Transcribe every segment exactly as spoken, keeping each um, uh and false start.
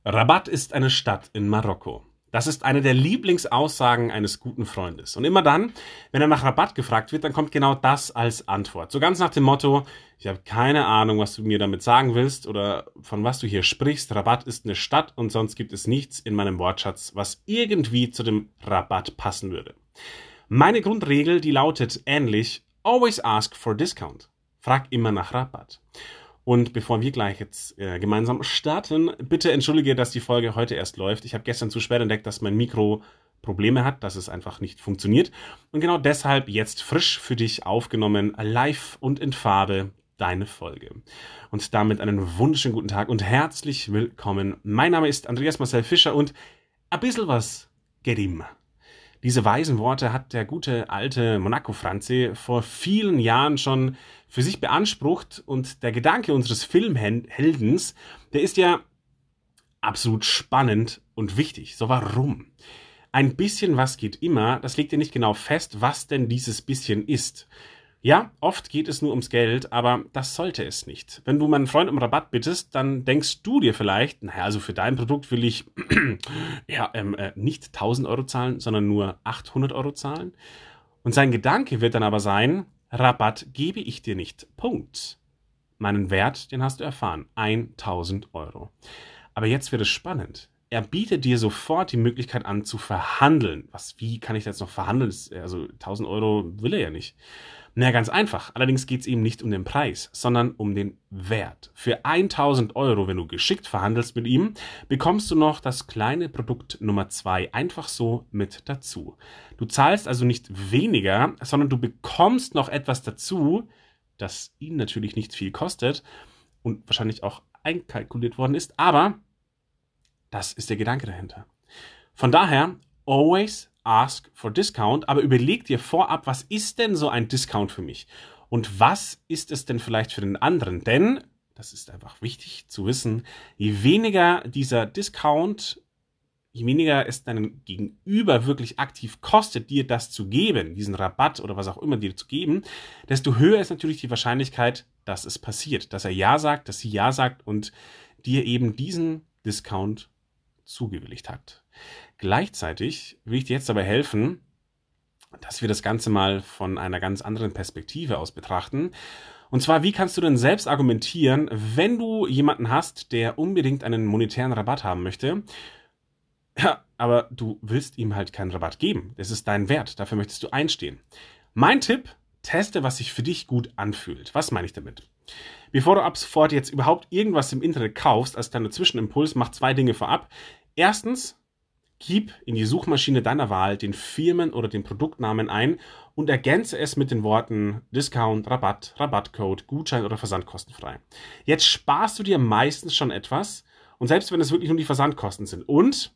Rabat ist eine Stadt in Marokko. Das ist eine der Lieblingsaussagen eines guten Freundes. Und immer dann, wenn er nach Rabat gefragt wird, dann kommt genau das als Antwort. So ganz nach dem Motto, ich habe keine Ahnung, was du mir damit sagen willst oder von was du hier sprichst. Rabat ist eine Stadt und sonst gibt es nichts in meinem Wortschatz, was irgendwie zu dem Rabatt passen würde. Meine Grundregel, die lautet ähnlich, always ask for discount. Frag immer nach Rabatt. Und bevor wir gleich jetzt äh, gemeinsam starten, bitte entschuldige, dass die Folge heute erst läuft. Ich habe gestern zu spät entdeckt, dass mein Mikro Probleme hat, dass es einfach nicht funktioniert. Und genau deshalb jetzt frisch für dich aufgenommen, live und in Farbe, deine Folge. Und damit einen wunderschönen guten Tag und herzlich willkommen. Mein Name ist Andreas Marcel Fischer und ein bisschen was geht ihm. Diese weisen Worte hat der gute alte Monaco-Franzi vor vielen Jahren schon für sich beansprucht und der Gedanke unseres Filmheldens, der ist ja absolut spannend und wichtig. So, warum? Ein bisschen was geht immer, das legt ja nicht genau fest, was denn dieses bisschen ist. Ja, oft geht es nur ums Geld, aber das sollte es nicht. Wenn du meinen Freund um Rabatt bittest, dann denkst du dir vielleicht, naja, also für dein Produkt will ich ja, ähm, äh, nicht tausend Euro zahlen, sondern nur achthundert Euro zahlen. Und sein Gedanke wird dann aber sein, Rabatt gebe ich dir nicht. Punkt. Meinen Wert, den hast du erfahren, tausend Euro. Aber jetzt wird es spannend. Er bietet dir sofort die Möglichkeit an zu verhandeln. Was, wie kann ich das jetzt noch verhandeln? Also tausend Euro will er ja nicht. Na ja, ganz einfach. Allerdings geht es ihm nicht um den Preis, sondern um den Wert. Für tausend Euro, wenn du geschickt verhandelst mit ihm, bekommst du noch das kleine Produkt Nummer zwei einfach so mit dazu. Du zahlst also nicht weniger, sondern du bekommst noch etwas dazu, das ihn natürlich nicht viel kostet und wahrscheinlich auch einkalkuliert worden ist, aber das ist der Gedanke dahinter. Von daher, always ask for discount, aber überleg dir vorab, was ist denn so ein Discount für mich? Und was ist es denn vielleicht für den anderen? Denn, das ist einfach wichtig zu wissen, je weniger dieser Discount, je weniger es deinem Gegenüber wirklich aktiv kostet, dir das zu geben, diesen Rabatt oder was auch immer dir zu geben, desto höher ist natürlich die Wahrscheinlichkeit, dass es passiert, dass er Ja sagt, dass sie Ja sagt und dir eben diesen Discount zugewilligt hat. Gleichzeitig will ich dir jetzt dabei helfen, dass wir das Ganze mal von einer ganz anderen Perspektive aus betrachten. Und zwar, wie kannst du denn selbst argumentieren, wenn du jemanden hast, der unbedingt einen monetären Rabatt haben möchte, ja, aber du willst ihm halt keinen Rabatt geben. Das ist dein Wert, dafür möchtest du einstehen. Mein Tipp, teste, was sich für dich gut anfühlt. Was meine ich damit? Bevor du ab sofort jetzt überhaupt irgendwas im Internet kaufst, als deiner Zwischenimpuls, mach zwei Dinge vorab. Erstens, gib in die Suchmaschine deiner Wahl den Firmen- oder den Produktnamen ein und ergänze es mit den Worten Discount, Rabatt, Rabattcode, Gutschein oder versandkostenfrei. Jetzt sparst du dir meistens schon etwas und selbst wenn es wirklich nur die Versandkosten sind. Und,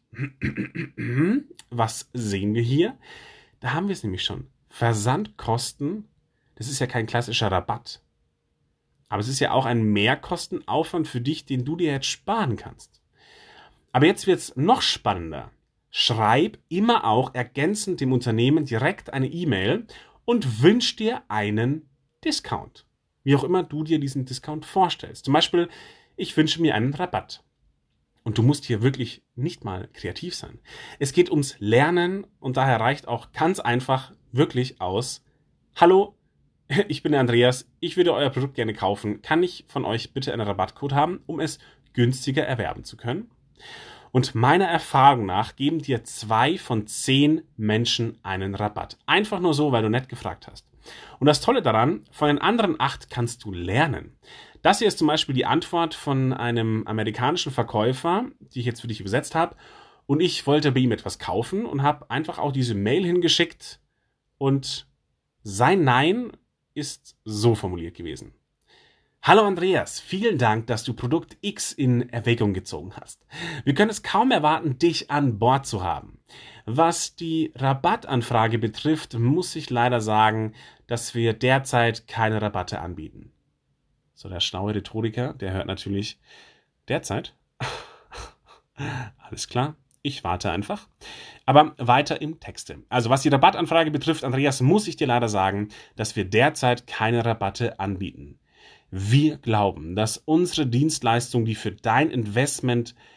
was sehen wir hier? Da haben wir es nämlich schon. Versandkosten, das ist ja kein klassischer Rabatt. Aber es ist ja auch ein Mehrkostenaufwand für dich, den du dir jetzt sparen kannst. Aber jetzt wird es noch spannender. Schreib immer auch ergänzend dem Unternehmen direkt eine E-Mail und wünsch dir einen Discount. Wie auch immer du dir diesen Discount vorstellst. Zum Beispiel, ich wünsche mir einen Rabatt. Und du musst hier wirklich nicht mal kreativ sein. Es geht ums Lernen und daher reicht auch ganz einfach wirklich aus: Hallo, ich bin der Andreas, ich würde euer Produkt gerne kaufen. Kann ich von euch bitte einen Rabattcode haben, um es günstiger erwerben zu können? Und meiner Erfahrung nach geben dir zwei von zehn Menschen einen Rabatt. Einfach nur so, weil du nett gefragt hast. Und das Tolle daran, von den anderen acht kannst du lernen. Das hier ist zum Beispiel die Antwort von einem amerikanischen Verkäufer, die ich jetzt für dich übersetzt habe. Und ich wollte bei ihm etwas kaufen und habe einfach auch diese Mail hingeschickt. Und sein Nein ist so formuliert gewesen: Hallo Andreas, vielen Dank, dass du Produkt X in Erwägung gezogen hast. Wir können es kaum erwarten, dich an Bord zu haben. Was die Rabattanfrage betrifft, muss ich leider sagen, dass wir derzeit keine Rabatte anbieten. So, der schlaue Rhetoriker, der hört natürlich derzeit. Alles klar, ich warte einfach. Aber weiter im Texte. Also was die Rabattanfrage betrifft, Andreas, muss ich dir leider sagen, dass wir derzeit keine Rabatte anbieten. Wir glauben, dass unsere Dienstleistung, die für dein Investment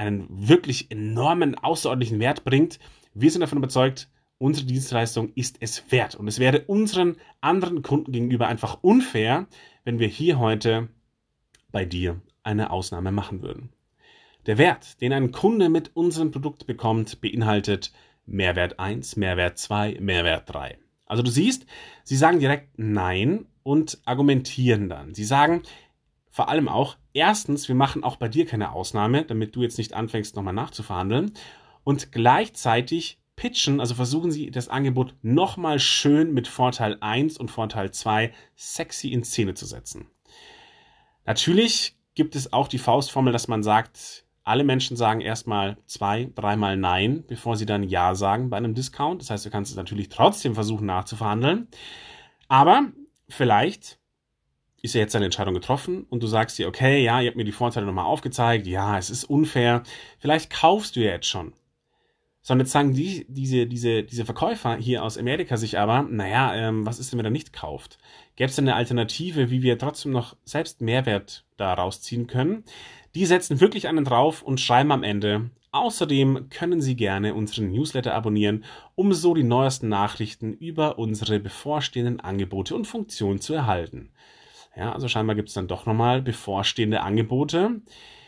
einen wirklich enormen, außerordentlichen Wert bringt. Wir sind davon überzeugt, unsere Dienstleistung ist es wert. Und es wäre unseren anderen Kunden gegenüber einfach unfair, wenn wir hier heute bei dir eine Ausnahme machen würden. Der Wert, den ein Kunde mit unserem Produkt bekommt, beinhaltet Mehrwert eins, Mehrwert zwei, Mehrwert drei. Also du siehst, sie sagen direkt Nein und argumentieren dann. Sie sagen vor allem auch, erstens, wir machen auch bei dir keine Ausnahme, damit du jetzt nicht anfängst, nochmal nachzuverhandeln. Und gleichzeitig pitchen, also versuchen sie das Angebot nochmal schön mit Vorteil eins und Vorteil zwei sexy in Szene zu setzen. Natürlich gibt es auch die Faustformel, dass man sagt, alle Menschen sagen erstmal zwei, dreimal Nein, bevor sie dann Ja sagen bei einem Discount. Das heißt, du kannst es natürlich trotzdem versuchen nachzuverhandeln. Aber vielleicht ist ja jetzt deine Entscheidung getroffen und du sagst dir, okay, ja, ihr habt mir die Vorteile nochmal aufgezeigt, ja, es ist unfair, vielleicht kaufst du ja jetzt schon. Sondern jetzt sagen die, diese, diese, diese Verkäufer hier aus Amerika sich aber, naja, ähm, was ist denn, wenn er nicht kauft? Gäbe es denn eine Alternative, wie wir trotzdem noch selbst Mehrwert da rausziehen können? Die setzen wirklich einen drauf und schreiben am Ende, außerdem können Sie gerne unseren Newsletter abonnieren, um so die neuesten Nachrichten über unsere bevorstehenden Angebote und Funktionen zu erhalten. Ja, also scheinbar gibt es dann doch nochmal bevorstehende Angebote.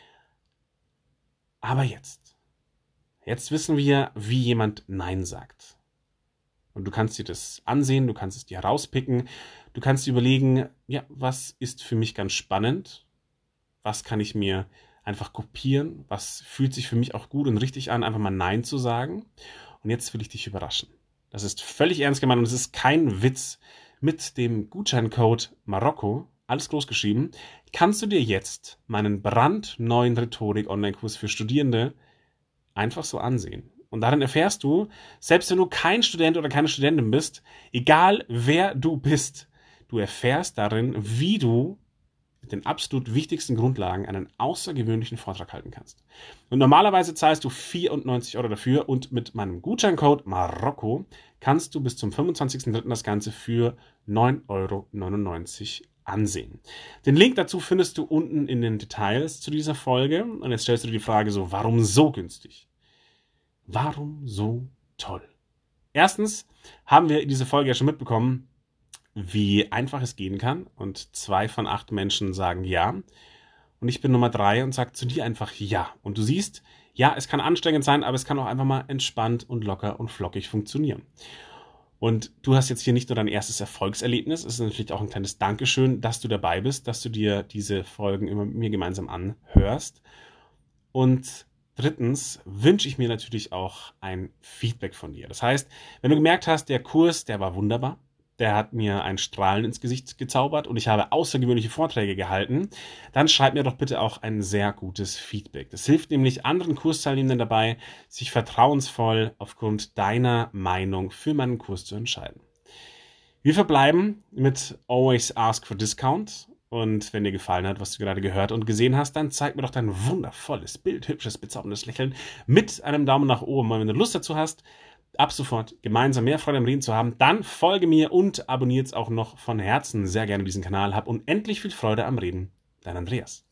Aber jetzt. Jetzt wissen wir, wie jemand Nein sagt. Und du kannst dir das ansehen, du kannst es dir rauspicken, du kannst dir überlegen, ja, was ist für mich ganz spannend? Was kann ich mir einfach kopieren? Was fühlt sich für mich auch gut und richtig an, einfach mal Nein zu sagen? Und jetzt will ich dich überraschen. Das ist völlig ernst gemeint und es ist kein Witz. Mit dem Gutscheincode Marokko, alles groß geschrieben, kannst du dir jetzt meinen brandneuen Rhetorik-Online-Kurs für Studierende einfach so ansehen. Und darin erfährst du, selbst wenn du kein Student oder keine Studentin bist, egal wer du bist, du erfährst darin, wie du mit den absolut wichtigsten Grundlagen einen außergewöhnlichen Vortrag halten kannst. Und normalerweise zahlst du vierundneunzig Euro dafür und mit meinem Gutscheincode Marokko kannst du bis zum fünfundzwanzigsten dritten das Ganze für neun Euro neunundneunzig ansehen. Den Link dazu findest du unten in den Details zu dieser Folge. Und jetzt stellst du dir die Frage so, warum so günstig? Warum so toll? Erstens haben wir in dieser Folge ja schon mitbekommen, wie einfach es gehen kann. Und zwei von acht Menschen sagen ja. Und ich bin Nummer drei und sage zu dir einfach ja. Und du siehst, ja, es kann anstrengend sein, aber es kann auch einfach mal entspannt und locker und flockig funktionieren. Und du hast jetzt hier nicht nur dein erstes Erfolgserlebnis, es ist natürlich auch ein kleines Dankeschön, dass du dabei bist, dass du dir diese Folgen immer mit mir gemeinsam anhörst. Und drittens wünsche ich mir natürlich auch ein Feedback von dir. Das heißt, wenn du gemerkt hast, der Kurs, der war wunderbar, der hat mir ein Strahlen ins Gesicht gezaubert und ich habe außergewöhnliche Vorträge gehalten, dann schreib mir doch bitte auch ein sehr gutes Feedback. Das hilft nämlich anderen Kursteilnehmenden dabei, sich vertrauensvoll aufgrund deiner Meinung für meinen Kurs zu entscheiden. Wir verbleiben mit Always Ask for Discount. Und wenn dir gefallen hat, was du gerade gehört und gesehen hast, dann zeig mir doch dein wundervolles, bildhübsches, bezauberndes Lächeln mit einem Daumen nach oben. Und wenn du Lust dazu hast, ab sofort gemeinsam mehr Freude am Reden zu haben, dann folge mir und abonniere jetzt auch noch von Herzen sehr gerne diesen Kanal. Hab unendlich viel Freude am Reden. Dein Andreas.